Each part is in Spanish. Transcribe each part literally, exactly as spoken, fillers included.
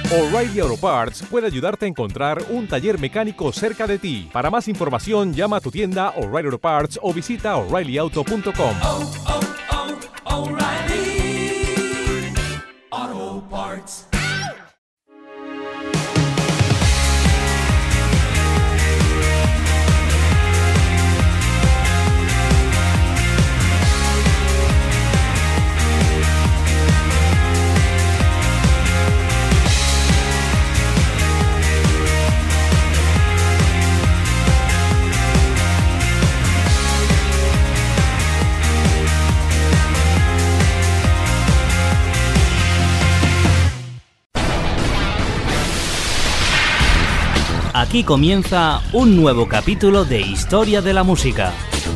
O'Reilly Auto Parts puede ayudarte a encontrar un taller mecánico cerca de ti. Para más información, llama a tu tienda O'Reilly Auto Parts o visita O'Reilly Auto punto com. Oh, oh, oh, O'Reilly Auto Parts. Aquí comienza un nuevo capítulo de Historia de la Música.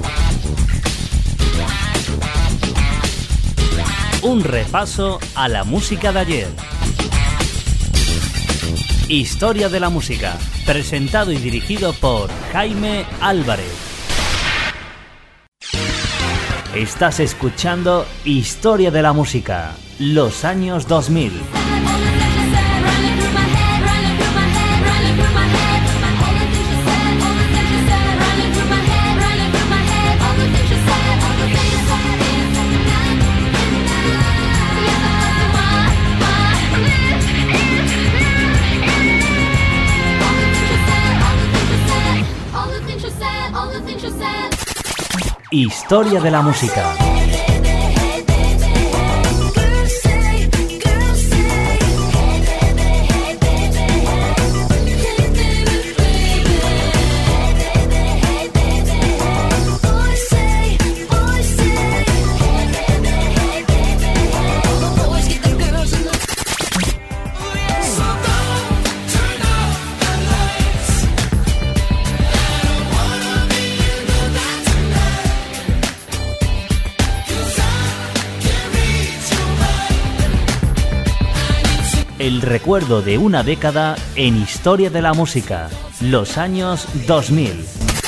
Un repaso a la música de ayer. Historia de la Música, presentado y dirigido por Jaime Álvarez. Estás escuchando Historia de la Música, los años dos mil. Historia de la Música. El recuerdo de una década en Historia de la Música, los años dos mil.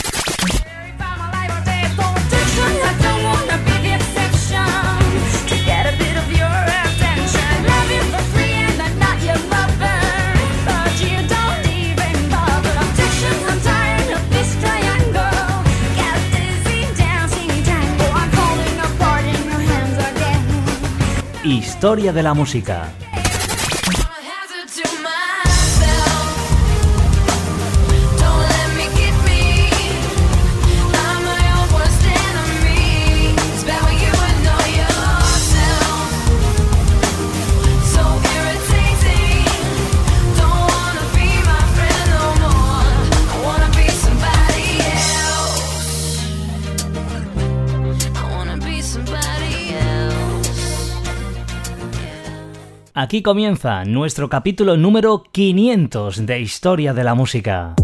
Historia de la Música. Aquí comienza nuestro capítulo número quinientos de Historia de la Música.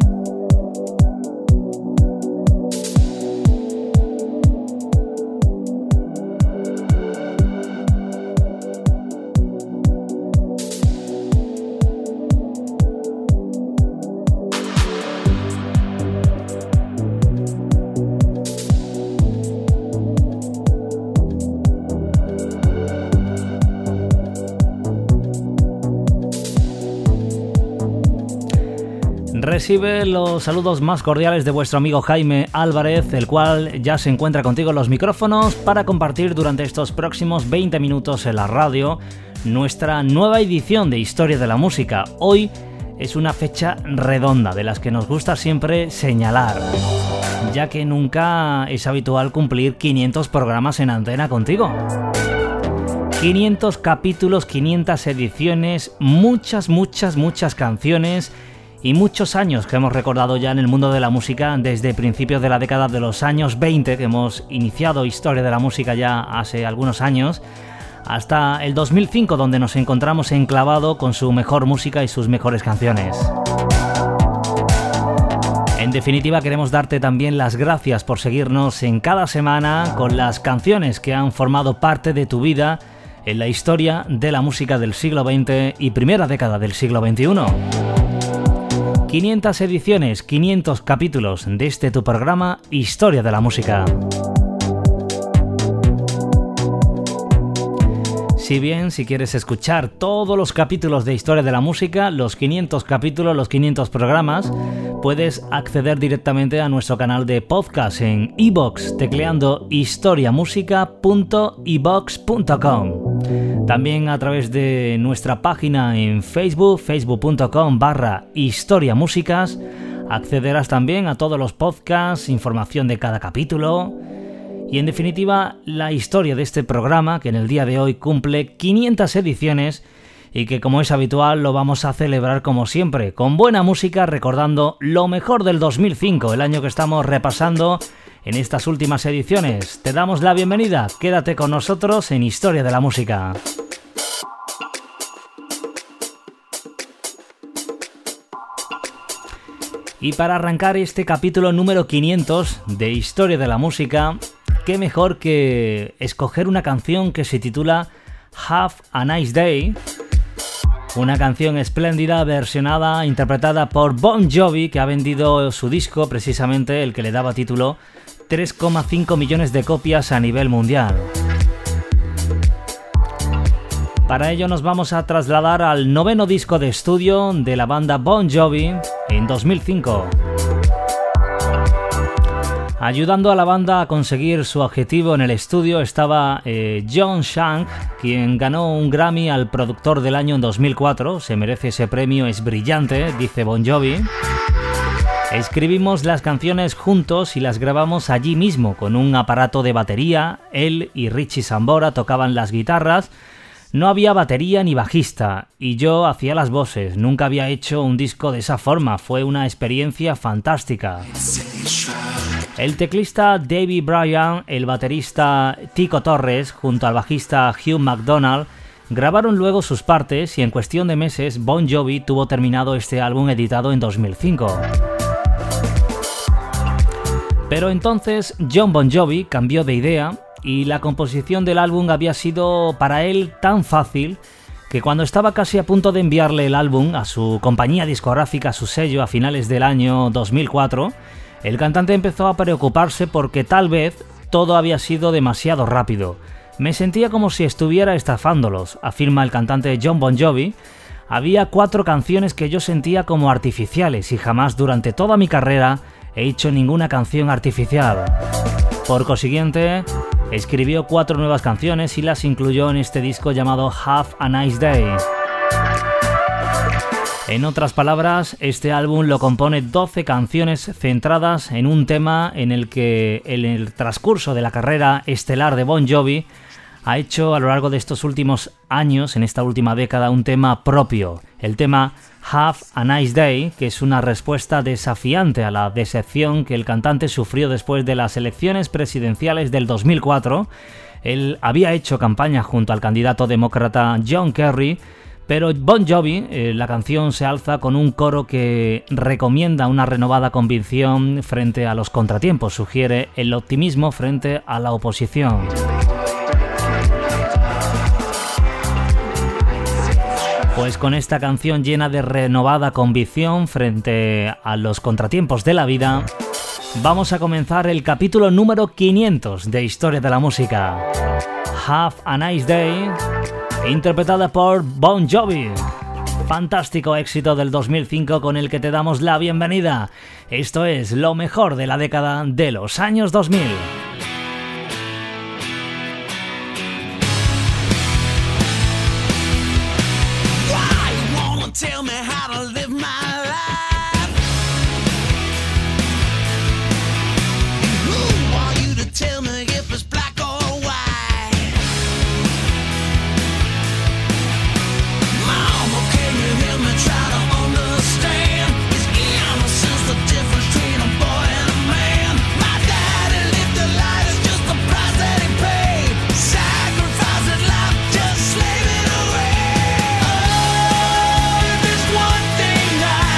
Recibe los saludos más cordiales de vuestro amigo Jaime Álvarez, el cual ya se encuentra contigo en los micrófonos para compartir durante estos próximos veinte minutos en la radio nuestra nueva edición de Historia de la Música. Hoy es una fecha redonda, de las que nos gusta siempre señalar, ya que nunca es habitual cumplir quinientos programas en antena contigo. quinientos capítulos, quinientas ediciones, muchas, muchas, muchas canciones y muchos años que hemos recordado ya en el mundo de la música, desde principios de la década de los años veinte, que hemos iniciado Historia de la Música ya hace algunos años, hasta el dos mil cinco, donde nos encontramos enclavado con su mejor música y sus mejores canciones. En definitiva, queremos darte también las gracias por seguirnos en cada semana con las canciones que han formado parte de tu vida en la historia de la música del siglo veinte y primera década del siglo veintiuno. quinientas ediciones, quinientos capítulos de este tu programa Historia de la Música. Si bien, si quieres escuchar todos los capítulos de Historia de la Música, los quinientos capítulos, los quinientos programas, puedes acceder directamente a nuestro canal de podcast en iVoox, tecleando historiamusica punto ivox punto com. También a través de nuestra página en Facebook, facebook punto com barra historiamúsicas, accederás también a todos los podcasts, información de cada capítulo y, en definitiva, la historia de este programa, que en el día de hoy cumple quinientas ediciones y que, como es habitual, lo vamos a celebrar como siempre, con buena música, recordando lo mejor del dos mil cinco, el año que estamos repasando en estas últimas ediciones. Te damos la bienvenida, quédate con nosotros en Historia de la Música. Y para arrancar este capítulo número quinientos de Historia de la Música, qué mejor que escoger una canción que se titula Have a Nice Day, una canción espléndida, versionada, interpretada por Bon Jovi, que ha vendido su disco, precisamente el que le daba título, tres coma cinco millones de copias a nivel mundial. Para ello nos vamos a trasladar al noveno disco de estudio de la banda Bon Jovi en dos mil cinco. Ayudando a la banda a conseguir su objetivo en el estudio estaba eh, John Shank, quien ganó un Grammy al productor del año en dos mil cuatro. Se merece ese premio, es brillante, dice Bon Jovi. Escribimos las canciones juntos y las grabamos allí mismo con un aparato de batería. Él y Richie Sambora tocaban las guitarras. No había batería ni bajista y yo hacía las voces. Nunca había hecho un disco de esa forma, fue una experiencia fantástica. El teclista Davey Bryan, el baterista Tico Torres, junto al bajista Hugh McDonald, grabaron luego sus partes y en cuestión de meses Bon Jovi tuvo terminado este álbum editado en dos mil cinco. Pero entonces Jon Bon Jovi cambió de idea y la composición del álbum había sido para él tan fácil que cuando estaba casi a punto de enviarle el álbum a su compañía discográfica, a su sello, a finales del año dos mil cuatro, el cantante empezó a preocuparse porque tal vez todo había sido demasiado rápido. Me sentía como si estuviera estafándolos, afirma el cantante Jon Bon Jovi. Había cuatro canciones que yo sentía como artificiales y jamás durante toda mi carrera he hecho ninguna canción artificial. Por consiguiente, escribió cuatro nuevas canciones y las incluyó en este disco llamado Have a Nice Day. En otras palabras, este álbum lo compone doce canciones centradas en un tema en el que en el transcurso de la carrera estelar de Bon Jovi ha hecho a lo largo de estos últimos años, en esta última década, un tema propio, el tema Have a Nice Day, que es una respuesta desafiante a la decepción que el cantante sufrió después de las elecciones presidenciales del dos mil cuatro. Él había hecho campaña junto al candidato demócrata John Kerry, pero Bon Jovi, eh, la canción se alza con un coro que recomienda una renovada convicción frente a los contratiempos, sugiere el optimismo frente a la oposición. Pues con esta canción llena de renovada convicción frente a los contratiempos de la vida, vamos a comenzar el capítulo número quinientos de Historia de la Música. Have a Nice Day, interpretada por Bon Jovi. Fantástico éxito del dos mil cinco con el que te damos la bienvenida. Esto es lo mejor de la década de los años dos mil. Tell me how to live my life. Who are you to tell me if it's black or white? Mama, can you hear me try to understand? Is innocence the difference between a boy and a man? My daddy lived a life, it's just the price that he paid. Sacrifice his life, just slave it away. One thing I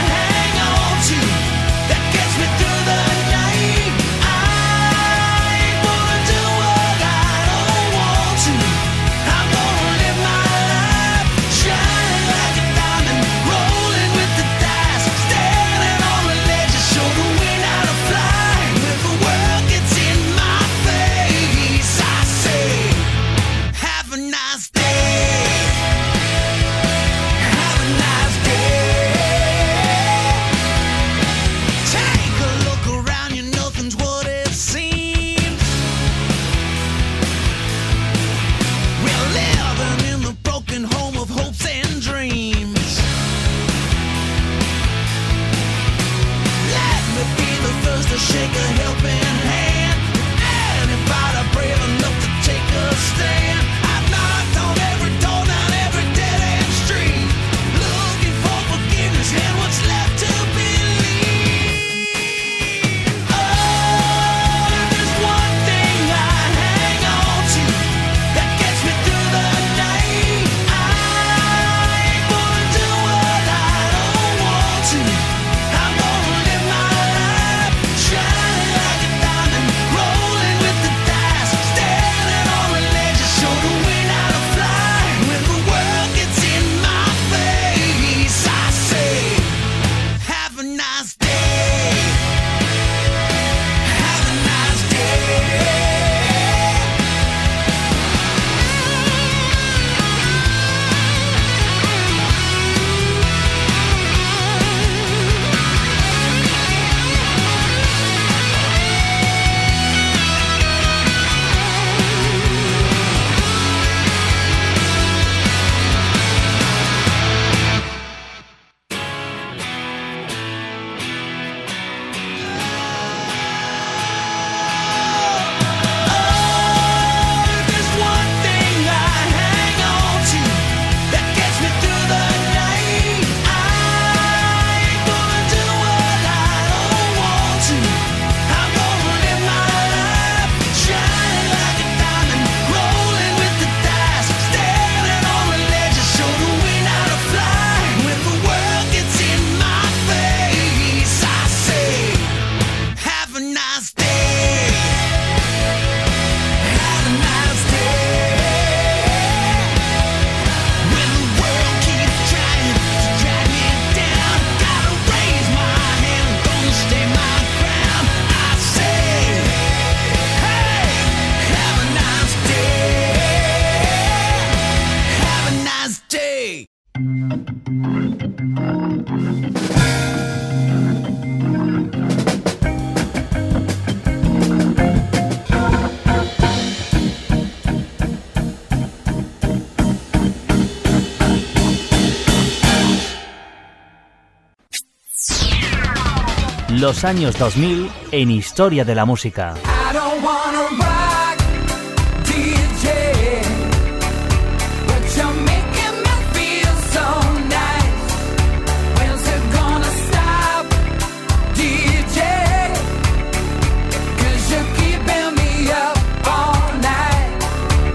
Los años dos mil en Historia de la Música. I don't wanna rock, D J, but you're making me feel so nice. When's it gonna stop, D J? 'Cause you're keeping me up all night.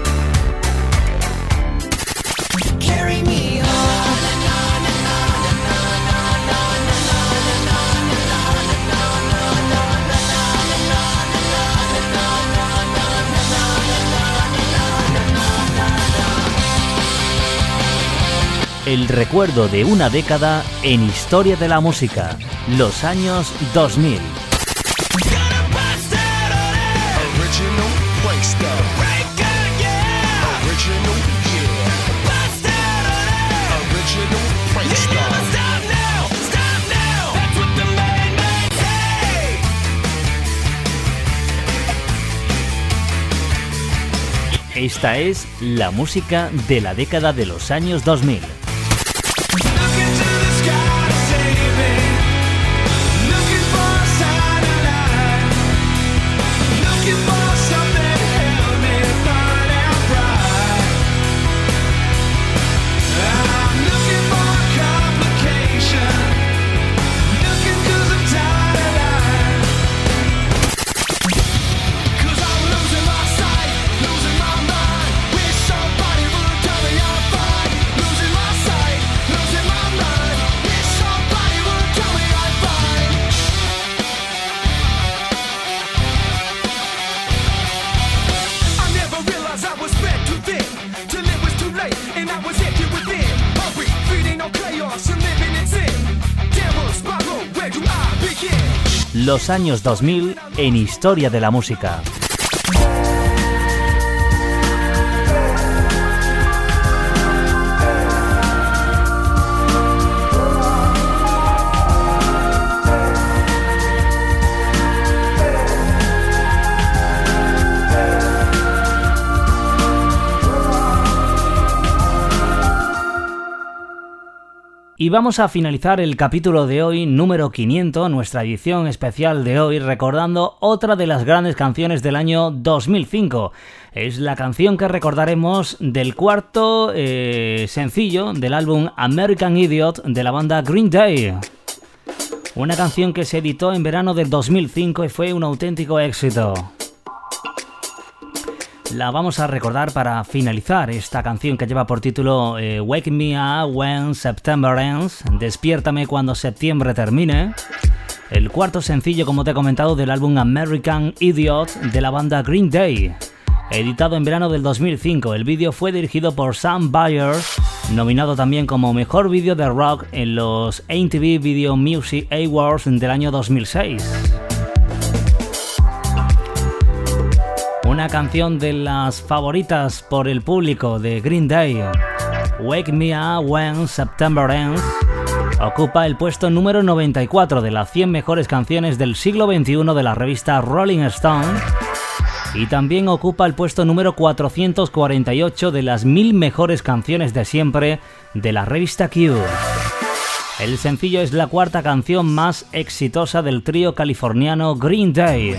Carry me on. El recuerdo de una década en Historia de la Música, los años dos mil. Original Prankster. Original, yeah. Original Prankster. Esta es la música de la década de los años dos mil. Los años dos mil en Historia de la Música. Y vamos a finalizar el capítulo de hoy, número quinientos, nuestra edición especial de hoy, recordando otra de las grandes canciones del año dos mil cinco. Es la canción que recordaremos del cuarto eh, sencillo del álbum American Idiot de la banda Green Day. Una canción que se editó en verano del dos mil cinco y fue un auténtico éxito. La vamos a recordar para finalizar esta canción que lleva por título eh, Wake Me Up When September Ends, Despiértame cuando septiembre termine. El cuarto sencillo, como te he comentado, del álbum American Idiot de la banda Green Day, editado en verano del dos mil cinco. El vídeo fue dirigido por Sam Byers, nominado también como Mejor Vídeo de Rock en los M T V Video Music Awards del año dos mil seis. Una canción de las favoritas por el público de Green Day, Wake Me Up When September Ends, ocupa el puesto número noventa y cuatro de las cien mejores canciones del siglo veintiuno de la revista Rolling Stone y también ocupa el puesto número cuatrocientos cuarenta y ocho de las mil mejores canciones de siempre de la revista Q. El sencillo es la cuarta canción más exitosa del trío californiano Green Day.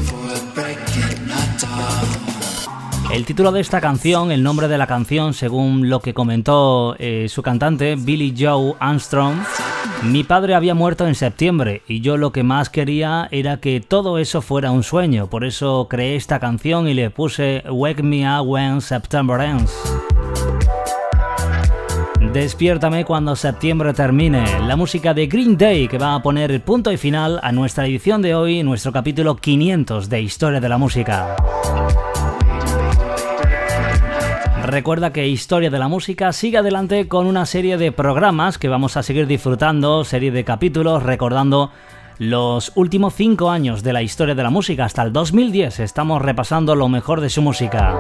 El título de esta canción, el nombre de la canción, según lo que comentó eh, su cantante, Billy Joe Armstrong: mi padre había muerto en septiembre y yo lo que más quería era que todo eso fuera un sueño. Por eso creé esta canción y le puse Wake Me Up When September Ends. Despiértame cuando septiembre termine. La música de Green Day, que va a poner el punto y final a nuestra edición de hoy, nuestro capítulo quinientos de Historia de la Música. Recuerda que Historia de la Música sigue adelante con una serie de programas que vamos a seguir disfrutando, serie de capítulos recordando los últimos cinco años de la historia de la música. Hasta el dos mil diez estamos repasando lo mejor de su música.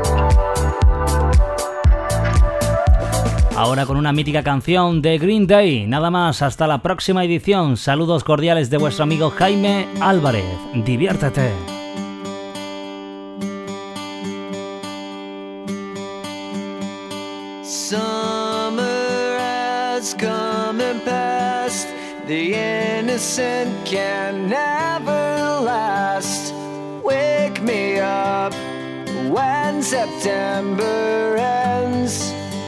Ahora con una mítica canción de Green Day. Nada más, hasta la próxima edición. Saludos cordiales de vuestro amigo Jaime Álvarez. Diviértete. Summer has come and passed, The innocent can never last. Wake me up when September ends.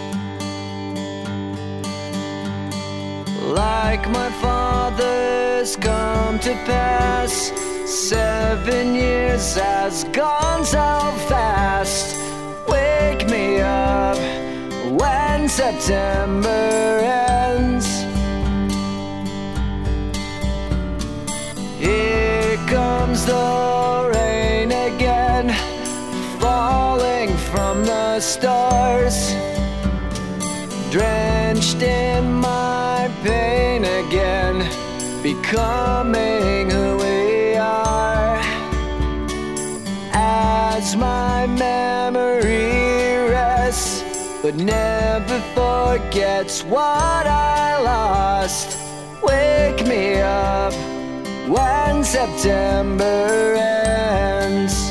Like my father's come to pass, seven years has gone so fast. Wake me up when September ends. Here comes the rain again, falling from the stars, drenched in my pain again, becoming who we are. As my memory rests, but never forgets what I lost. Wake me up when September ends.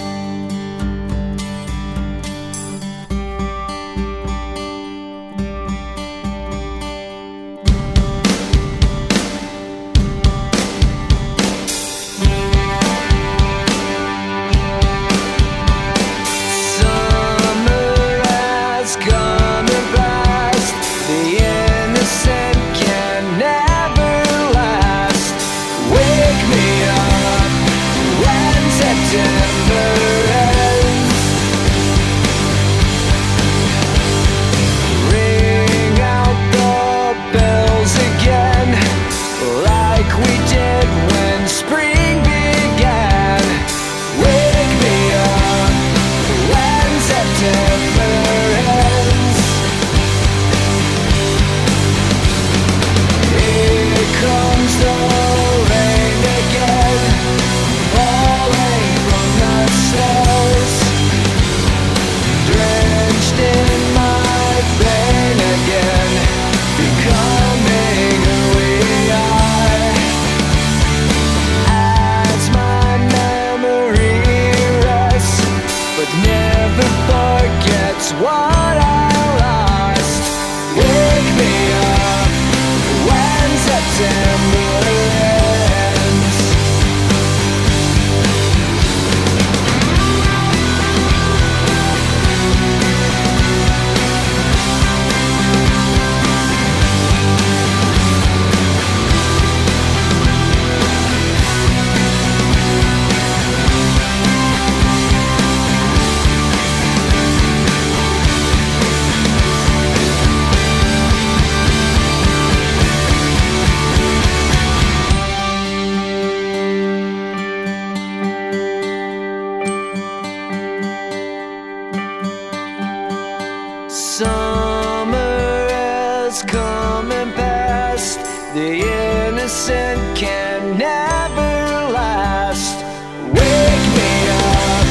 Summer has come and passed. The innocent can never last. Wake me up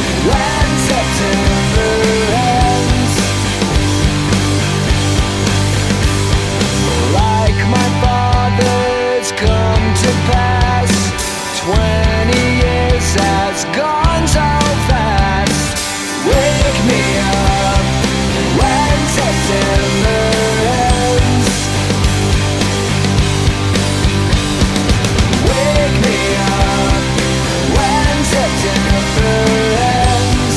when September ends. Like my father's come to pass, twenty years has gone so fast. Wake me up when September ends. Wake me up when September ends.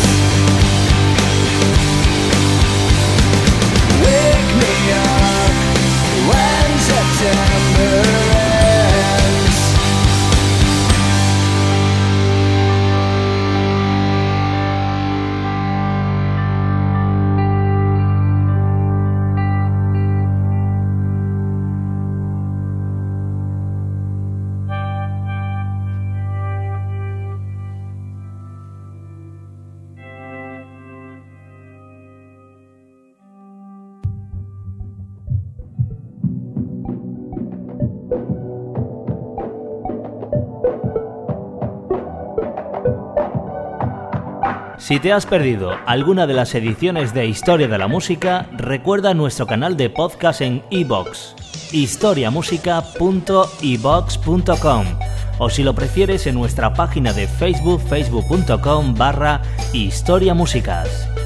Wake me up when September ends. Si te has perdido alguna de las ediciones de Historia de la Música, recuerda nuestro canal de podcast en iVoox, historiamusica punto ivox punto com, o si lo prefieres en nuestra página de Facebook, facebook punto com barra historiamúsicas.